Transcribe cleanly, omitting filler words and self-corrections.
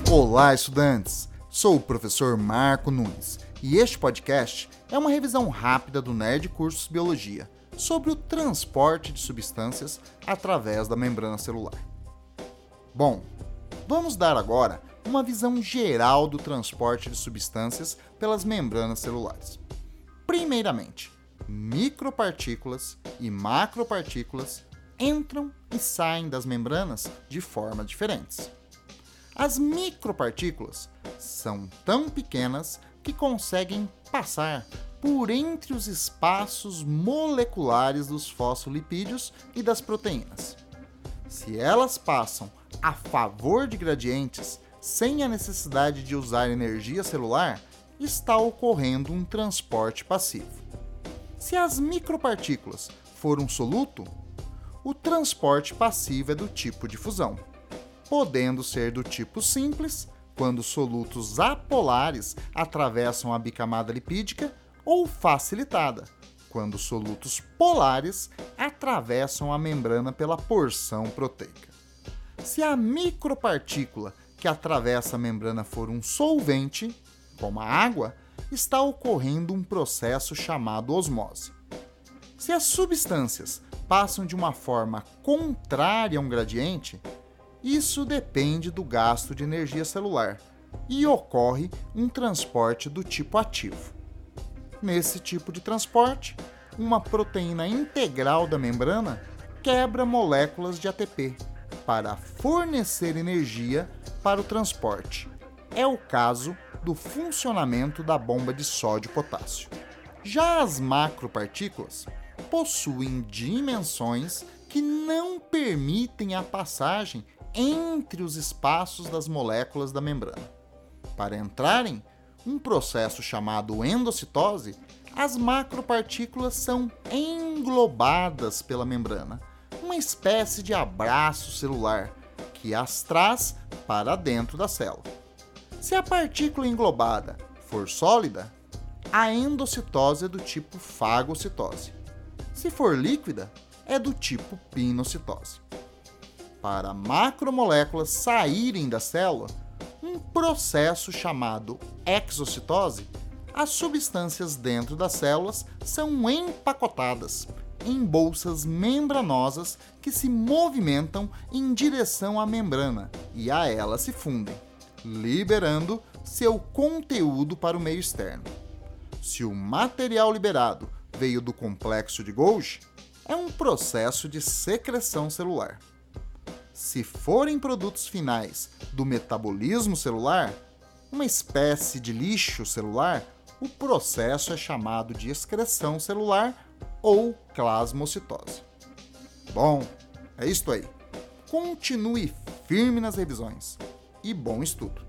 Olá, estudantes! Sou o professor Marco Nunes e este podcast é uma revisão rápida do Nerd Cursos Biologia sobre o transporte de substâncias através da membrana celular. Bom, vamos dar agora uma visão geral do transporte de substâncias pelas membranas celulares. Primeiramente, micropartículas e macropartículas entram e saem das membranas de formas diferentes. As micropartículas são tão pequenas que conseguem passar por entre os espaços moleculares dos fosfolipídios e das proteínas. Se elas passam a favor de gradientes, sem a necessidade de usar energia celular, está ocorrendo um transporte passivo. Se as micropartículas for um soluto, o transporte passivo é do tipo de fusão, podendo ser do tipo simples, quando solutos apolares atravessam a bicamada lipídica, ou facilitada, quando solutos polares atravessam a membrana pela porção proteica. Se a micropartícula que atravessa a membrana for um solvente, como a água, está ocorrendo um processo chamado osmose. Se as substâncias passam de uma forma contrária a um gradiente, isso depende do gasto de energia celular e ocorre um transporte do tipo ativo. Nesse tipo de transporte, uma proteína integral da membrana quebra moléculas de ATP para fornecer energia para o transporte. É o caso do funcionamento da bomba de sódio-potássio. Já as macropartículas possuem dimensões que não permitem a passagem entre os espaços das moléculas da membrana. Para entrarem, um processo chamado endocitose, as macropartículas são englobadas pela membrana, uma espécie de abraço celular que as traz para dentro da célula. Se a partícula englobada for sólida, a endocitose é do tipo fagocitose. Se for líquida, é do tipo pinocitose. Para macromoléculas saírem da célula, um processo chamado exocitose, as substâncias dentro das células são empacotadas em bolsas membranosas que se movimentam em direção à membrana e a ela se fundem, liberando seu conteúdo para o meio externo. Se o material liberado veio do complexo de Golgi, é um processo de secreção celular. Se forem produtos finais do metabolismo celular, uma espécie de lixo celular, o processo é chamado de excreção celular ou plasmocitose. Bom, é isto aí. Continue firme nas revisões e bom estudo!